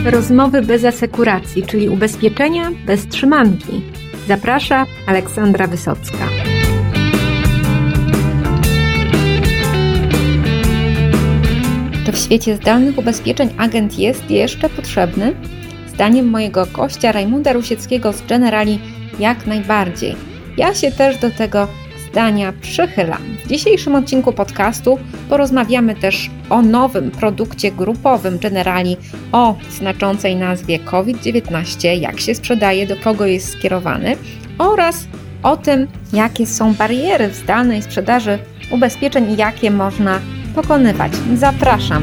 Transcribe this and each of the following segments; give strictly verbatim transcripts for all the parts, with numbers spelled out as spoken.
Rozmowy bez asekuracji, czyli ubezpieczenia bez trzymanki. Zaprasza Aleksandra Wysocka. Czy w świecie zdalnych ubezpieczeń agent jest jeszcze potrzebny? Zdaniem mojego gościa Rajmunda Rusieckiego z Generali jak najbardziej. Ja się też do tego zdania przychylam. W dzisiejszym odcinku podcastu porozmawiamy też o nowym produkcie grupowym Generali o znaczącej nazwie COVID dziewiętnaście, jak się sprzedaje, do kogo jest skierowany oraz o tym, jakie są bariery w zdalnej sprzedaży ubezpieczeń i jakie można pokonywać. Zapraszam.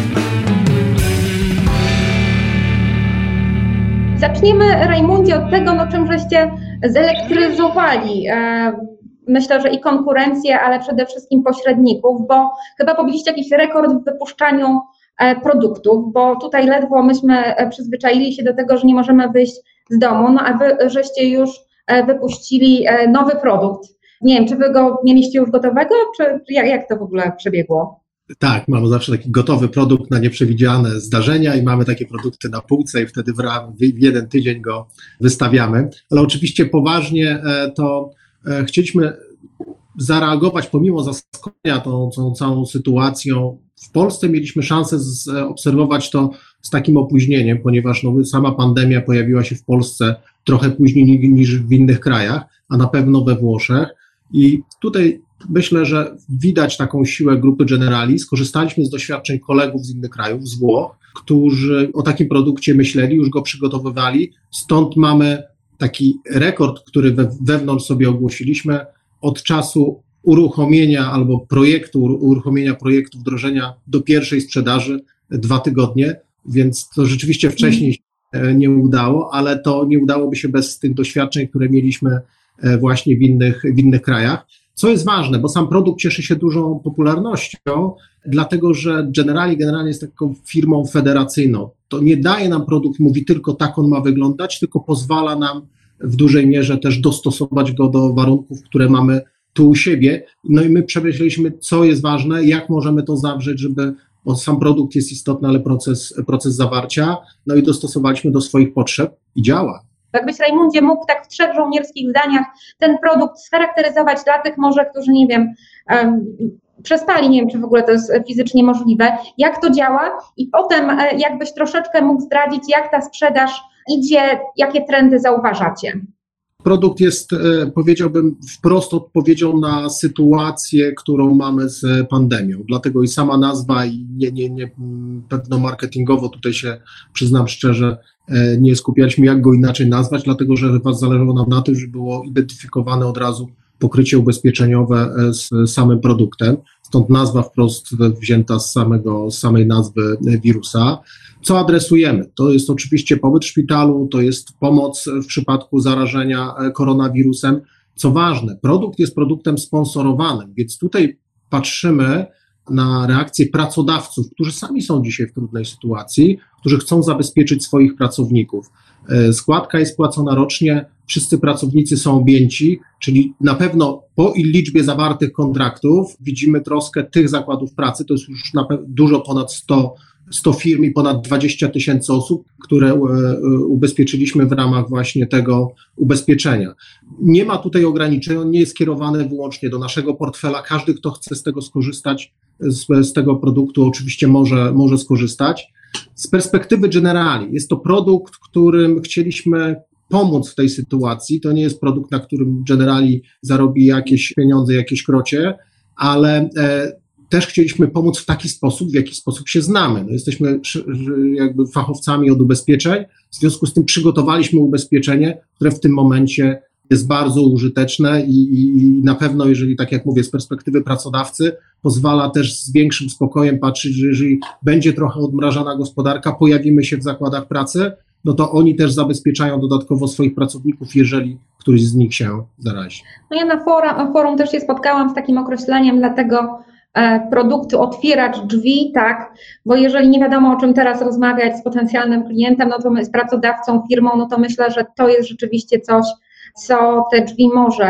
Zaczniemy, Rajmundzie, od tego, no czym żeście zelektryzowali, e, myślę, że i konkurencję, ale przede wszystkim pośredników, bo chyba pobiliście jakiś rekord w wypuszczaniu e, produktów, bo tutaj ledwo myśmy przyzwyczaili się do tego, że nie możemy wyjść z domu, no a wy żeście już e, wypuścili e, nowy produkt. Nie wiem, czy wy go mieliście już gotowego, czy jak, jak to w ogóle przebiegło? Tak, mamy zawsze taki gotowy produkt na nieprzewidziane zdarzenia i mamy takie produkty na półce i wtedy w, w jeden tydzień go wystawiamy. Ale oczywiście poważnie to chcieliśmy zareagować pomimo zaskoczenia tą, tą całą sytuacją. W Polsce mieliśmy szansę obserwować to z takim opóźnieniem, ponieważ no, sama pandemia pojawiła się w Polsce trochę później niż w innych krajach, a na pewno we Włoszech. I tutaj myślę, że widać taką siłę grupy Generali. Skorzystaliśmy z doświadczeń kolegów z innych krajów, z Włoch, którzy o takim produkcie myśleli, już go przygotowywali. Stąd mamy taki rekord, który we, wewnątrz sobie ogłosiliśmy od czasu uruchomienia albo projektu, uruchomienia projektu wdrożenia do pierwszej sprzedaży dwa tygodnie, więc to rzeczywiście wcześniej się nie udało, ale to nie udałoby się bez tych doświadczeń, które mieliśmy właśnie w innych, w innych krajach. Co jest ważne, bo sam produkt cieszy się dużą popularnością, dlatego że Generali generalnie jest taką firmą federacyjną. To nie daje nam produkt, mówi tylko tak on ma wyglądać, tylko pozwala nam w dużej mierze też dostosować go do warunków, które mamy tu u siebie. No i my przemyśleliśmy, co jest ważne, jak możemy to zawrzeć, żeby, bo sam produkt jest istotny, ale proces, proces zawarcia, no i dostosowaliśmy do swoich potrzeb i działa. Jakbyś, Rajmundzie, mógł tak w trzech żołnierskich zdaniach ten produkt scharakteryzować dla tych może, którzy, nie wiem, um, przespali, nie wiem, czy w ogóle to jest fizycznie możliwe, jak to działa i potem jakbyś troszeczkę mógł zdradzić, jak ta sprzedaż idzie, jakie trendy zauważacie. Produkt jest, powiedziałbym, wprost odpowiedzią na sytuację, którą mamy z pandemią. Dlatego i sama nazwa, i nie, nie, nie, pewno marketingowo tutaj się, przyznam szczerze, nie skupialiśmy, jak go inaczej nazwać, dlatego że chyba zależało nam na tym, żeby było identyfikowane od razu pokrycie ubezpieczeniowe z samym produktem. Stąd nazwa wprost wzięta z, samego, z samej nazwy wirusa. Co adresujemy? To jest oczywiście pobyt w szpitalu, to jest pomoc w przypadku zarażenia koronawirusem. Co ważne, produkt jest produktem sponsorowanym, więc tutaj patrzymy na reakcje pracodawców, którzy sami są dzisiaj w trudnej sytuacji, którzy chcą zabezpieczyć swoich pracowników. Składka jest płacona rocznie, wszyscy pracownicy są objęci, czyli na pewno po liczbie zawartych kontraktów widzimy troskę tych zakładów pracy, to jest już na pewno dużo ponad sto, sto firm i ponad dwadzieścia tysięcy osób, które ubezpieczyliśmy w ramach właśnie tego ubezpieczenia. Nie ma tutaj ograniczeń, on nie jest skierowany wyłącznie do naszego portfela, każdy, kto chce z tego skorzystać, z, z tego produktu oczywiście może, może skorzystać. Z perspektywy Generali jest to produkt, którym chcieliśmy pomóc w tej sytuacji. To nie jest produkt, na którym Generali zarobi jakieś pieniądze, jakieś krocie, ale e, też chcieliśmy pomóc w taki sposób, w jaki sposób się znamy. No, jesteśmy jakby fachowcami od ubezpieczeń, w związku z tym przygotowaliśmy ubezpieczenie, które w tym momencie jest bardzo użyteczne i, i, i na pewno, jeżeli, tak jak mówię, z perspektywy pracodawcy, pozwala też z większym spokojem patrzeć, że jeżeli będzie trochę odmrażana gospodarka, pojawimy się w zakładach pracy, no to oni też zabezpieczają dodatkowo swoich pracowników, jeżeli któryś z nich się zarazi. No ja na forum, na forum też się spotkałam z takim określeniem dla tego e, produktu otwieracz drzwi, tak, bo jeżeli nie wiadomo, o czym teraz rozmawiać z potencjalnym klientem, no to my z pracodawcą, firmą, no to myślę, że to jest rzeczywiście coś, co te drzwi może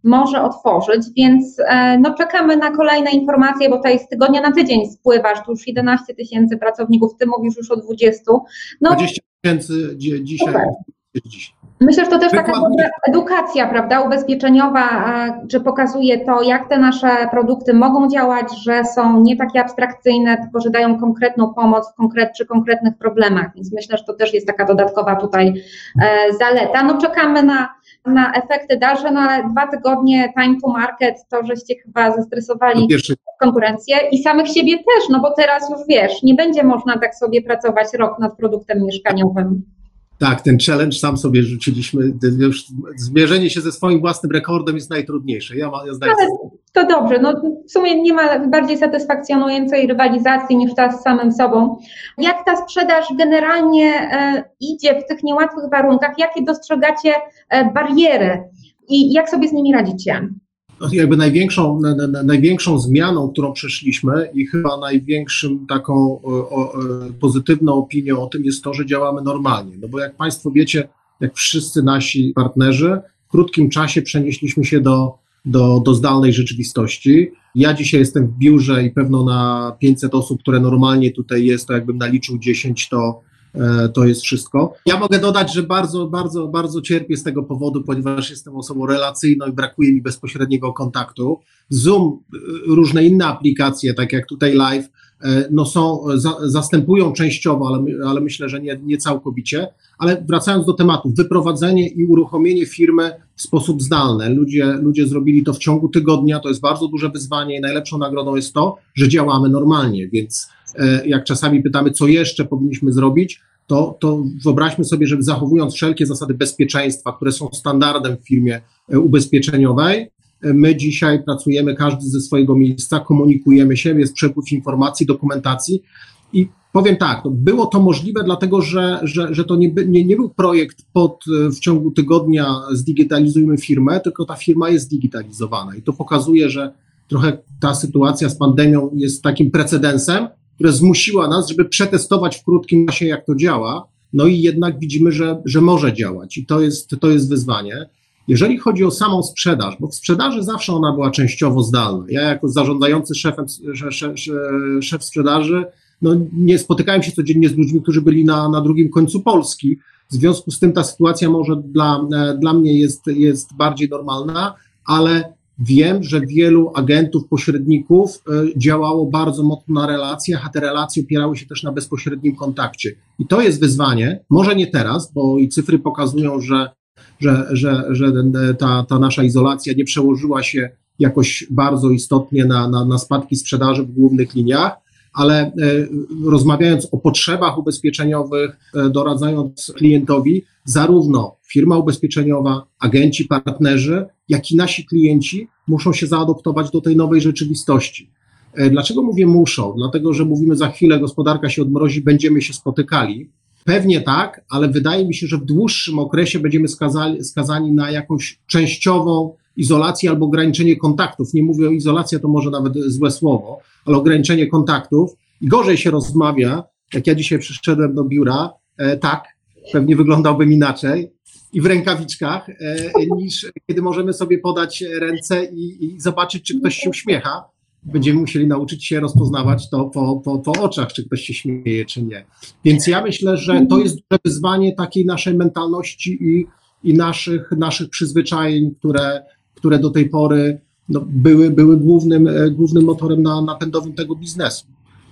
może otworzyć, więc no, czekamy na kolejne informacje, bo tutaj z tygodnia na tydzień spływasz, tu już jedenaście tysięcy pracowników, ty mówisz już o dwudziestu. No, dwadzieścia tysięcy dzisiaj. Super. Myślę, że to też taka dobra edukacja, prawda, ubezpieczeniowa, że pokazuje to, jak te nasze produkty mogą działać, że są nie takie abstrakcyjne, tylko że dają konkretną pomoc w konkret, przy konkretnych problemach, więc myślę, że to też jest taka dodatkowa tutaj e, zaleta. No czekamy na, na efekty dalsze, no ale dwa tygodnie time to market, to żeście chyba zestresowali konkurencję i samych siebie też, no bo teraz już wiesz, nie będzie można tak sobie pracować rok nad produktem mieszkaniowym. Tak, ten challenge sam sobie rzuciliśmy, już zmierzenie się ze swoim własnym rekordem jest najtrudniejsze. Ja, ja zdaję Ale to dobrze, no w sumie nie ma bardziej satysfakcjonującej rywalizacji niż ta z samym sobą. Jak ta sprzedaż generalnie e, idzie w tych niełatwych warunkach, jakie dostrzegacie e, bariery i jak sobie z nimi radzicie? Jakby największą, na, na, największą zmianą, którą przeszliśmy i chyba największym taką o, o, pozytywną opinią o tym jest to, że działamy normalnie. No bo jak Państwo wiecie, jak wszyscy nasi partnerzy, w krótkim czasie przenieśliśmy się do, do, do zdalnej rzeczywistości. Ja dzisiaj jestem w biurze i pewno na pięćset osób, które normalnie tutaj jest, to jakbym naliczył dziesięć, to to jest wszystko. Ja mogę dodać, że bardzo, bardzo, bardzo cierpię z tego powodu, ponieważ jestem osobą relacyjną i brakuje mi bezpośredniego kontaktu. Zoom, różne inne aplikacje, tak jak tutaj Live, no są, za, zastępują częściowo, ale, ale myślę, że nie, nie całkowicie. Ale wracając do tematu, wyprowadzenie i uruchomienie firmy w sposób zdalny. Ludzie, ludzie zrobili to w ciągu tygodnia, to jest bardzo duże wyzwanie i najlepszą nagrodą jest to, że działamy normalnie, więc jak czasami pytamy, co jeszcze powinniśmy zrobić, to, to wyobraźmy sobie, że zachowując wszelkie zasady bezpieczeństwa, które są standardem w firmie ubezpieczeniowej, my dzisiaj pracujemy każdy ze swojego miejsca, komunikujemy się, jest przepływ informacji, dokumentacji i powiem tak, no było to możliwe dlatego, że, że, że to nie, nie, nie był projekt pod w ciągu tygodnia zdigitalizujmy firmę, tylko ta firma jest zdigitalizowana i to pokazuje, że trochę ta sytuacja z pandemią jest takim precedensem, która zmusiła nas, żeby przetestować w krótkim czasie, jak to działa, no i jednak widzimy, że, że może działać i to jest, to jest wyzwanie. Jeżeli chodzi o samą sprzedaż, bo w sprzedaży zawsze ona była częściowo zdalna. Ja jako zarządzający szefem, szef, szef, szef sprzedaży, no nie spotykałem się codziennie z ludźmi, którzy byli na, na drugim końcu Polski. W związku z tym ta sytuacja może dla, dla mnie jest, jest bardziej normalna, ale wiem, że wielu agentów, pośredników działało bardzo mocno na relacjach, a te relacje opierały się też na bezpośrednim kontakcie. I to jest wyzwanie, może nie teraz, bo i cyfry pokazują, że, że, że, że ta, ta nasza izolacja nie przełożyła się jakoś bardzo istotnie na, na, na spadki sprzedaży w głównych liniach, ale rozmawiając o potrzebach ubezpieczeniowych, doradzając klientowi, zarówno firma ubezpieczeniowa, agenci, partnerzy, jak i nasi klienci muszą się zaadoptować do tej nowej rzeczywistości. Dlaczego mówię muszą? Dlatego, że mówimy za chwilę, gospodarka się odmrozi, będziemy się spotykali. Pewnie tak, ale wydaje mi się, że w dłuższym okresie będziemy skazali, skazani na jakąś częściową izolację albo ograniczenie kontaktów. Nie mówię o izolacji, to może nawet złe słowo, ale ograniczenie kontaktów. I gorzej się rozmawia, jak ja dzisiaj przyszedłem do biura, e, tak, pewnie wyglądałbym inaczej i w rękawiczkach, e, niż kiedy możemy sobie podać ręce i, i zobaczyć, czy ktoś się uśmiecha. Będziemy musieli nauczyć się rozpoznawać to po, po, po oczach, czy ktoś się śmieje, czy nie. Więc ja myślę, że to jest duże wyzwanie takiej naszej mentalności i, i naszych, naszych przyzwyczajeń, które, które do tej pory no, były, były głównym, głównym motorem na, napędowym tego biznesu.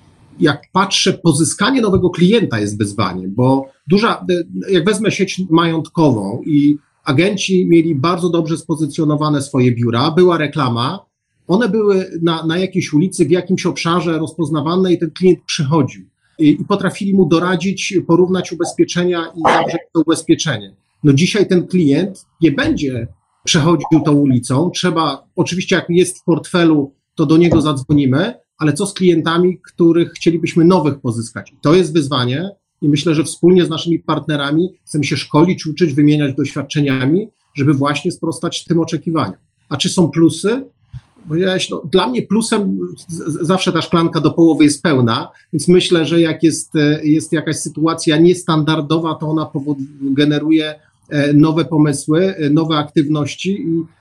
Jak patrzę, pozyskanie nowego klienta jest wyzwaniem, bo duża, jak wezmę sieć majątkową i agenci mieli bardzo dobrze spozycjonowane swoje biura, była reklama, one były na, na jakiejś ulicy, w jakimś obszarze rozpoznawane i ten klient przychodził i, i potrafili mu doradzić, porównać ubezpieczenia i zawrzeć to ubezpieczenie. No dzisiaj ten klient nie będzie przechodził tą ulicą, trzeba, oczywiście jak jest w portfelu, to do niego zadzwonimy, ale co z klientami, których chcielibyśmy nowych pozyskać? To jest wyzwanie i myślę, że wspólnie z naszymi partnerami chcemy się szkolić, uczyć, wymieniać doświadczeniami, żeby właśnie sprostać tym oczekiwaniom. A czy są plusy? Bo ja, no, dla mnie plusem z, zawsze ta szklanka do połowy jest pełna, więc myślę, że jak jest, jest jakaś sytuacja niestandardowa, to ona powod, generuje nowe pomysły, nowe aktywności i,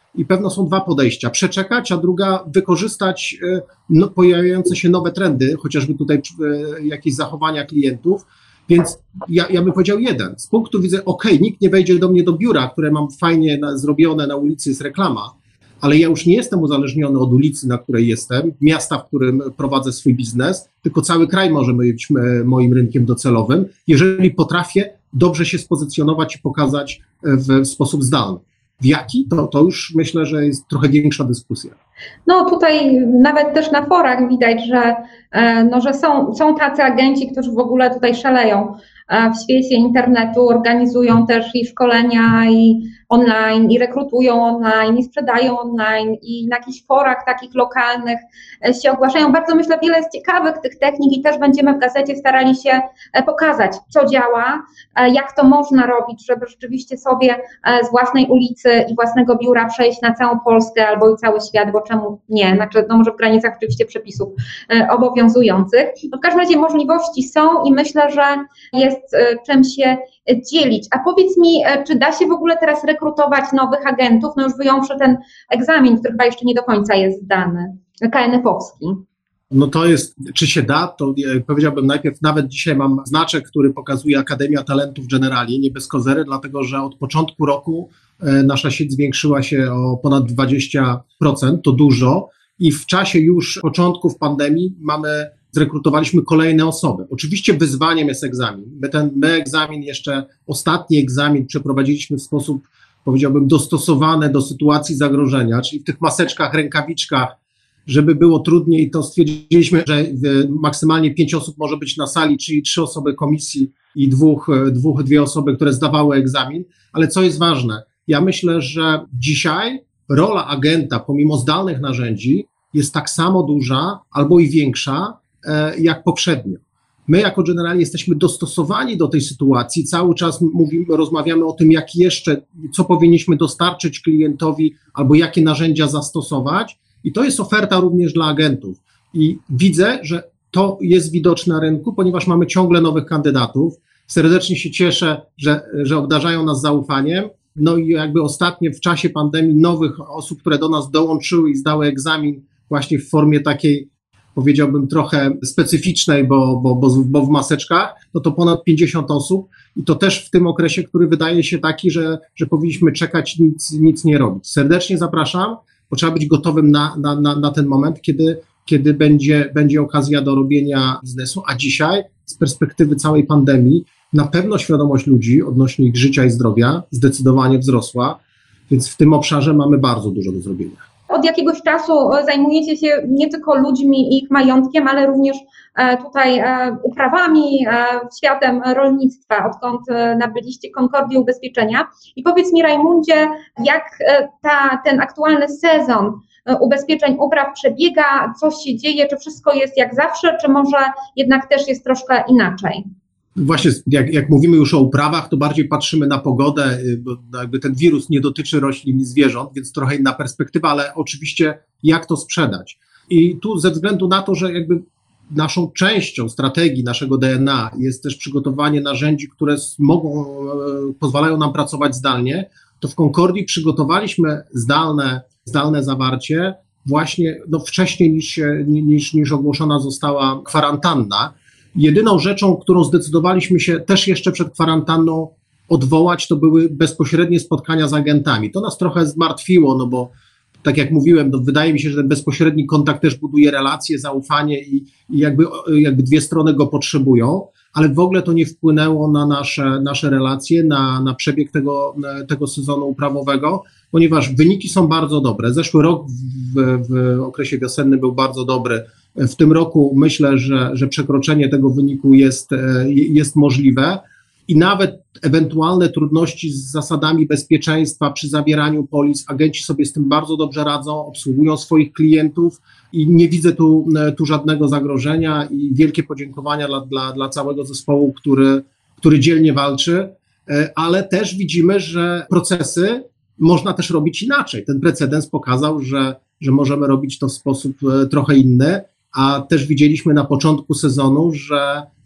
i pewno są dwa podejścia. Przeczekać, a druga wykorzystać no, pojawiające się nowe trendy, chociażby tutaj jakieś zachowania klientów. Więc ja, ja bym powiedział jeden. Z punktu widzenia, ok, nikt nie wejdzie do mnie do biura, które mam fajnie na, zrobione na ulicy, jest reklama, ale ja już nie jestem uzależniony od ulicy, na której jestem, miasta, w którym prowadzę swój biznes, tylko cały kraj może być moim rynkiem docelowym, jeżeli potrafię dobrze się spozycjonować i pokazać w sposób zdalny. W jaki? To, to już myślę, że jest trochę większa dyskusja. No tutaj nawet też na forach widać, że, no, że są, są tacy agenci, którzy w ogóle tutaj szaleją w świecie internetu, organizują też i szkolenia i online, i rekrutują online, i sprzedają online, i na jakichś forach takich lokalnych się ogłaszają. Bardzo myślę, wiele jest ciekawych tych technik i też będziemy w gazecie starali się pokazać, co działa, jak to można robić, żeby rzeczywiście sobie z własnej ulicy i własnego biura przejść na całą Polskę albo i cały świat, bo czemu nie? Znaczy, no może w granicach oczywiście przepisów obowiązujących. No w każdym razie możliwości są i myślę, że jest czym się dzielić. A powiedz mi, czy da się w ogóle teraz rekrutować nowych agentów, no już wyjąwszy ten egzamin, który chyba jeszcze nie do końca jest zdany, K N F-owski? No to jest, czy się da, to powiedziałbym najpierw, nawet dzisiaj mam znaczek, który pokazuje Akademia Talentów Generali, nie bez kozery, dlatego że od początku roku nasza sieć zwiększyła się o ponad dwadzieścia procent, to dużo i w czasie już początków pandemii mamy zrekrutowaliśmy kolejne osoby. Oczywiście wyzwaniem jest egzamin. My ten my egzamin, jeszcze ostatni egzamin przeprowadziliśmy w sposób, powiedziałbym, dostosowany do sytuacji zagrożenia, czyli w tych maseczkach, rękawiczkach, żeby było trudniej, to stwierdziliśmy, że maksymalnie pięć osób może być na sali, czyli trzy osoby komisji i dwóch, dwóch, dwie osoby, które zdawały egzamin. Ale co jest ważne? Ja myślę, że dzisiaj rola agenta, pomimo zdalnych narzędzi, jest tak samo duża albo i większa, jak poprzednio. My jako Generali jesteśmy dostosowani do tej sytuacji, cały czas mówimy, rozmawiamy o tym, jak jeszcze, co powinniśmy dostarczyć klientowi albo jakie narzędzia zastosować i to jest oferta również dla agentów i widzę, że to jest widoczne na rynku, ponieważ mamy ciągle nowych kandydatów. Serdecznie się cieszę, że, że obdarzają nas zaufaniem. No i jakby ostatnio w czasie pandemii nowych osób, które do nas dołączyły i zdały egzamin właśnie w formie takiej, powiedziałbym, trochę specyficznej, bo, bo, bo, bo w maseczkach, no to ponad pięćdziesiąt osób i to też w tym okresie, który wydaje się taki, że, że powinniśmy czekać, nic, nic nie robić. Serdecznie zapraszam, bo trzeba być gotowym na, na, na, na ten moment, kiedy, kiedy będzie, będzie okazja do robienia biznesu, a dzisiaj z perspektywy całej pandemii na pewno świadomość ludzi odnośnie ich życia i zdrowia zdecydowanie wzrosła, więc w tym obszarze mamy bardzo dużo do zrobienia. Od jakiegoś czasu zajmujecie się nie tylko ludźmi i ich majątkiem, ale również tutaj uprawami, światem rolnictwa, odkąd nabyliście Concordię Ubezpieczenia. I powiedz mi, Rajmundzie, jak ta, ten aktualny sezon ubezpieczeń upraw przebiega, co się dzieje, czy wszystko jest jak zawsze, czy może jednak też jest troszkę inaczej? Właśnie, jak, jak mówimy już o uprawach, to bardziej patrzymy na pogodę, bo jakby ten wirus nie dotyczy roślin i zwierząt, więc trochę inna perspektywa, ale oczywiście jak to sprzedać. I tu ze względu na to, że jakby naszą częścią strategii naszego D N A jest też przygotowanie narzędzi, które mogą, pozwalają nam pracować zdalnie, to w Concordii przygotowaliśmy zdalne, zdalne zawarcie właśnie no, wcześniej niż, niż, niż ogłoszona została kwarantanna. Jedyną rzeczą, którą zdecydowaliśmy się też jeszcze przed kwarantanną odwołać, to były bezpośrednie spotkania z agentami. To nas trochę zmartwiło, no bo tak jak mówiłem, no wydaje mi się, że ten bezpośredni kontakt też buduje relacje, zaufanie i, i jakby, jakby dwie strony go potrzebują, ale w ogóle to nie wpłynęło na nasze, nasze relacje, na, na przebieg tego, tego sezonu uprawowego, ponieważ wyniki są bardzo dobre. Zeszły rok w, w okresie wiosennym był bardzo dobry. W tym roku myślę, że, że przekroczenie tego wyniku jest, jest możliwe i nawet ewentualne trudności z zasadami bezpieczeństwa przy zawieraniu polis, agenci sobie z tym bardzo dobrze radzą, obsługują swoich klientów i nie widzę tu, tu żadnego zagrożenia i wielkie podziękowania dla, dla, dla całego zespołu, który, który dzielnie walczy, ale też widzimy, że procesy można też robić inaczej. Ten precedens pokazał, że, że możemy robić to w sposób trochę inny, a też widzieliśmy na początku sezonu, że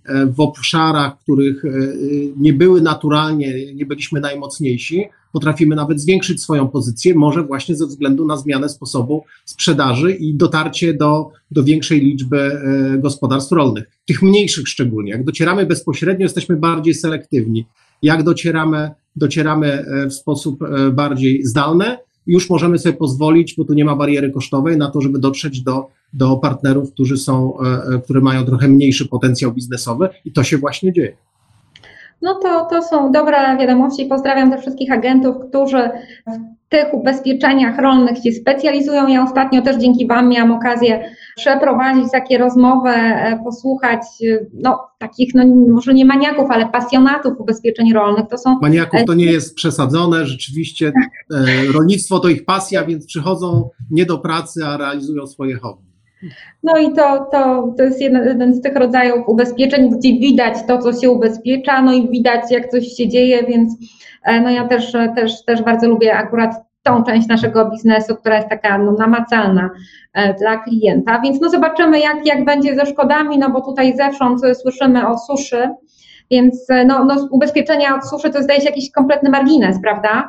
w obszarach, w których nie były naturalnie, nie byliśmy najmocniejsi, potrafimy nawet zwiększyć swoją pozycję, może właśnie ze względu na zmianę sposobu sprzedaży i dotarcie do, do większej liczby gospodarstw rolnych, tych mniejszych szczególnie. Jak docieramy bezpośrednio, jesteśmy bardziej selektywni. Jak docieramy, docieramy w sposób bardziej zdalny, już możemy sobie pozwolić, bo tu nie ma bariery kosztowej, na to, żeby dotrzeć do, do partnerów, którzy są, które mają trochę mniejszy potencjał biznesowy i to się właśnie dzieje. No to, to są dobre wiadomości. Pozdrawiam też wszystkich agentów, którzy w tych ubezpieczeniach rolnych się specjalizują. Ja ostatnio też dzięki Wam miałam okazję przeprowadzić takie rozmowy, posłuchać no takich, no może nie maniaków, ale pasjonatów ubezpieczeń rolnych. To są... Maniaków to nie jest przesadzone, rzeczywiście rolnictwo to ich pasja, więc przychodzą nie do pracy, a realizują swoje hobby. No i to, to, to jest jeden, jeden z tych rodzajów ubezpieczeń, gdzie widać to, co się ubezpiecza, no i widać, jak coś się dzieje, więc no ja też, też, też bardzo lubię akurat tą część naszego biznesu, która jest taka no, namacalna dla klienta, więc no zobaczymy, jak, jak będzie ze szkodami, no bo tutaj zewsząd słyszymy o suszy, więc no, no ubezpieczenia od suszy to zdaje się jakiś kompletny margines, prawda?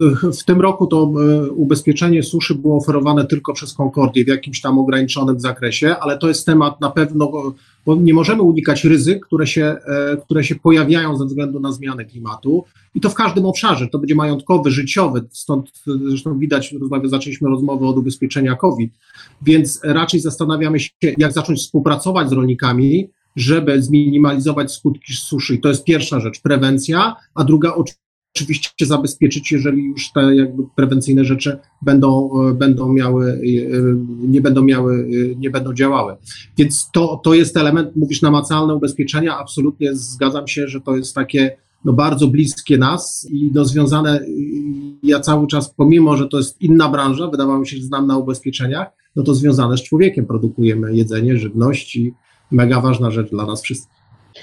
W tym roku to ubezpieczenie suszy było oferowane tylko przez Concordię w jakimś tam ograniczonym zakresie, ale to jest temat na pewno, bo nie możemy unikać ryzyk, które się, które się pojawiają ze względu na zmianę klimatu i to w każdym obszarze, to będzie majątkowy, życiowy, stąd zresztą widać, zaczęliśmy rozmowę od ubezpieczenia COVID, więc raczej zastanawiamy się, jak zacząć współpracować z rolnikami, żeby zminimalizować skutki suszy i to jest pierwsza rzecz, prewencja, a druga oczywiście oczywiście zabezpieczyć, jeżeli już te jakby prewencyjne rzeczy będą, będą miały, nie będą miały, nie będą działały. Więc to, to jest element, mówisz, namacalne ubezpieczenia, absolutnie zgadzam się, że to jest takie no, bardzo bliskie nas i no, związane, ja cały czas, pomimo, że to jest inna branża, wydawało mi się, że znam na ubezpieczeniach, no to związane z człowiekiem, produkujemy jedzenie, żywność i mega ważna rzecz dla nas wszystkich.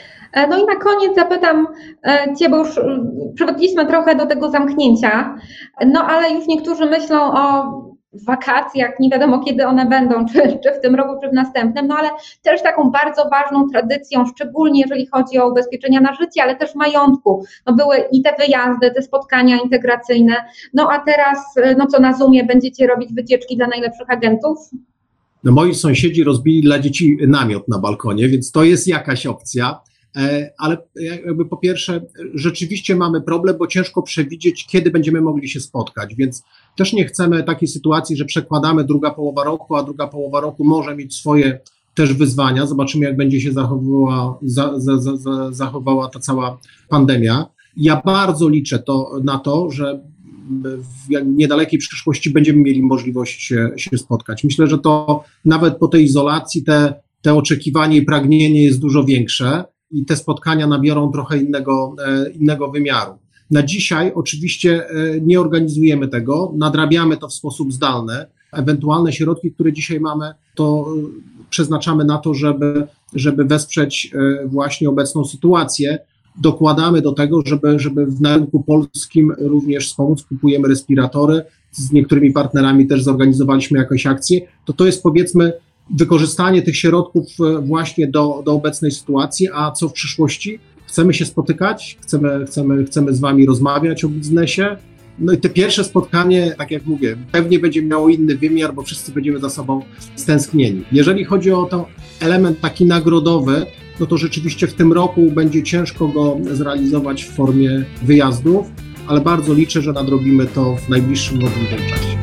No i na koniec zapytam Cię, bo już przywykliśmy trochę do tego zamknięcia, no ale już niektórzy myślą o wakacjach, nie wiadomo kiedy one będą, czy, czy w tym roku, czy w następnym, no ale też taką bardzo ważną tradycją, szczególnie jeżeli chodzi o ubezpieczenia na życie, ale też majątku, no były i te wyjazdy, te spotkania integracyjne, no a teraz, no co na Zoomie będziecie robić wycieczki dla najlepszych agentów? No moi sąsiedzi rozbili dla dzieci namiot na balkonie, więc to jest jakaś opcja. Ale jakby po pierwsze rzeczywiście mamy problem, bo ciężko przewidzieć, kiedy będziemy mogli się spotkać, więc też nie chcemy takiej sytuacji, że przekładamy druga połowa roku, a druga połowa roku może mieć swoje też wyzwania. Zobaczymy, jak będzie się zachowywała, za, za, za, zachowała ta cała pandemia. Ja bardzo liczę to, na to, że w niedalekiej przyszłości będziemy mieli możliwość się, się spotkać. Myślę, że to nawet po tej izolacji te, te oczekiwanie i pragnienie jest dużo większe. I te spotkania nabiorą trochę innego, innego wymiaru. Na dzisiaj oczywiście nie organizujemy tego, nadrabiamy to w sposób zdalny. Ewentualne środki, które dzisiaj mamy, to przeznaczamy na to, żeby, żeby wesprzeć właśnie obecną sytuację. Dokładamy do tego, żeby, żeby na rynku polskim również wspomóc, kupujemy respiratory, z niektórymi partnerami też zorganizowaliśmy jakąś akcję. To to jest, powiedzmy, wykorzystanie tych środków właśnie do, do obecnej sytuacji, a co w przyszłości? Chcemy się spotykać, chcemy, chcemy, chcemy z Wami rozmawiać o biznesie. No i te pierwsze spotkanie, tak jak mówię, pewnie będzie miało inny wymiar, bo wszyscy będziemy za sobą stęsknieni. Jeżeli chodzi o to element taki nagrodowy, no to rzeczywiście w tym roku będzie ciężko go zrealizować w formie wyjazdów, ale bardzo liczę, że nadrobimy to w najbliższym możliwym czasie.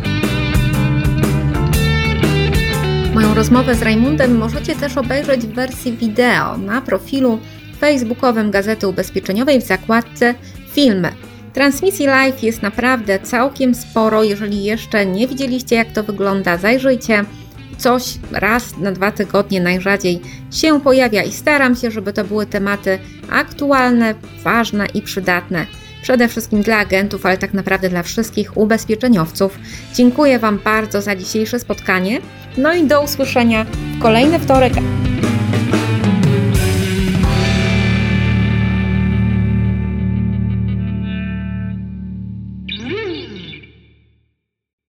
Moją rozmowę z Rajmundem możecie też obejrzeć w wersji wideo na profilu facebookowym Gazety Ubezpieczeniowej w zakładce Filmy. Transmisji live jest naprawdę całkiem sporo. Jeżeli jeszcze nie widzieliście, jak to wygląda, zajrzyjcie. Coś raz na dwa tygodnie najrzadziej się pojawia i staram się, żeby to były tematy aktualne, ważne i przydatne. Przede wszystkim dla agentów, ale tak naprawdę dla wszystkich ubezpieczeniowców. Dziękuję Wam bardzo za dzisiejsze spotkanie. No i do usłyszenia w kolejny wtorek.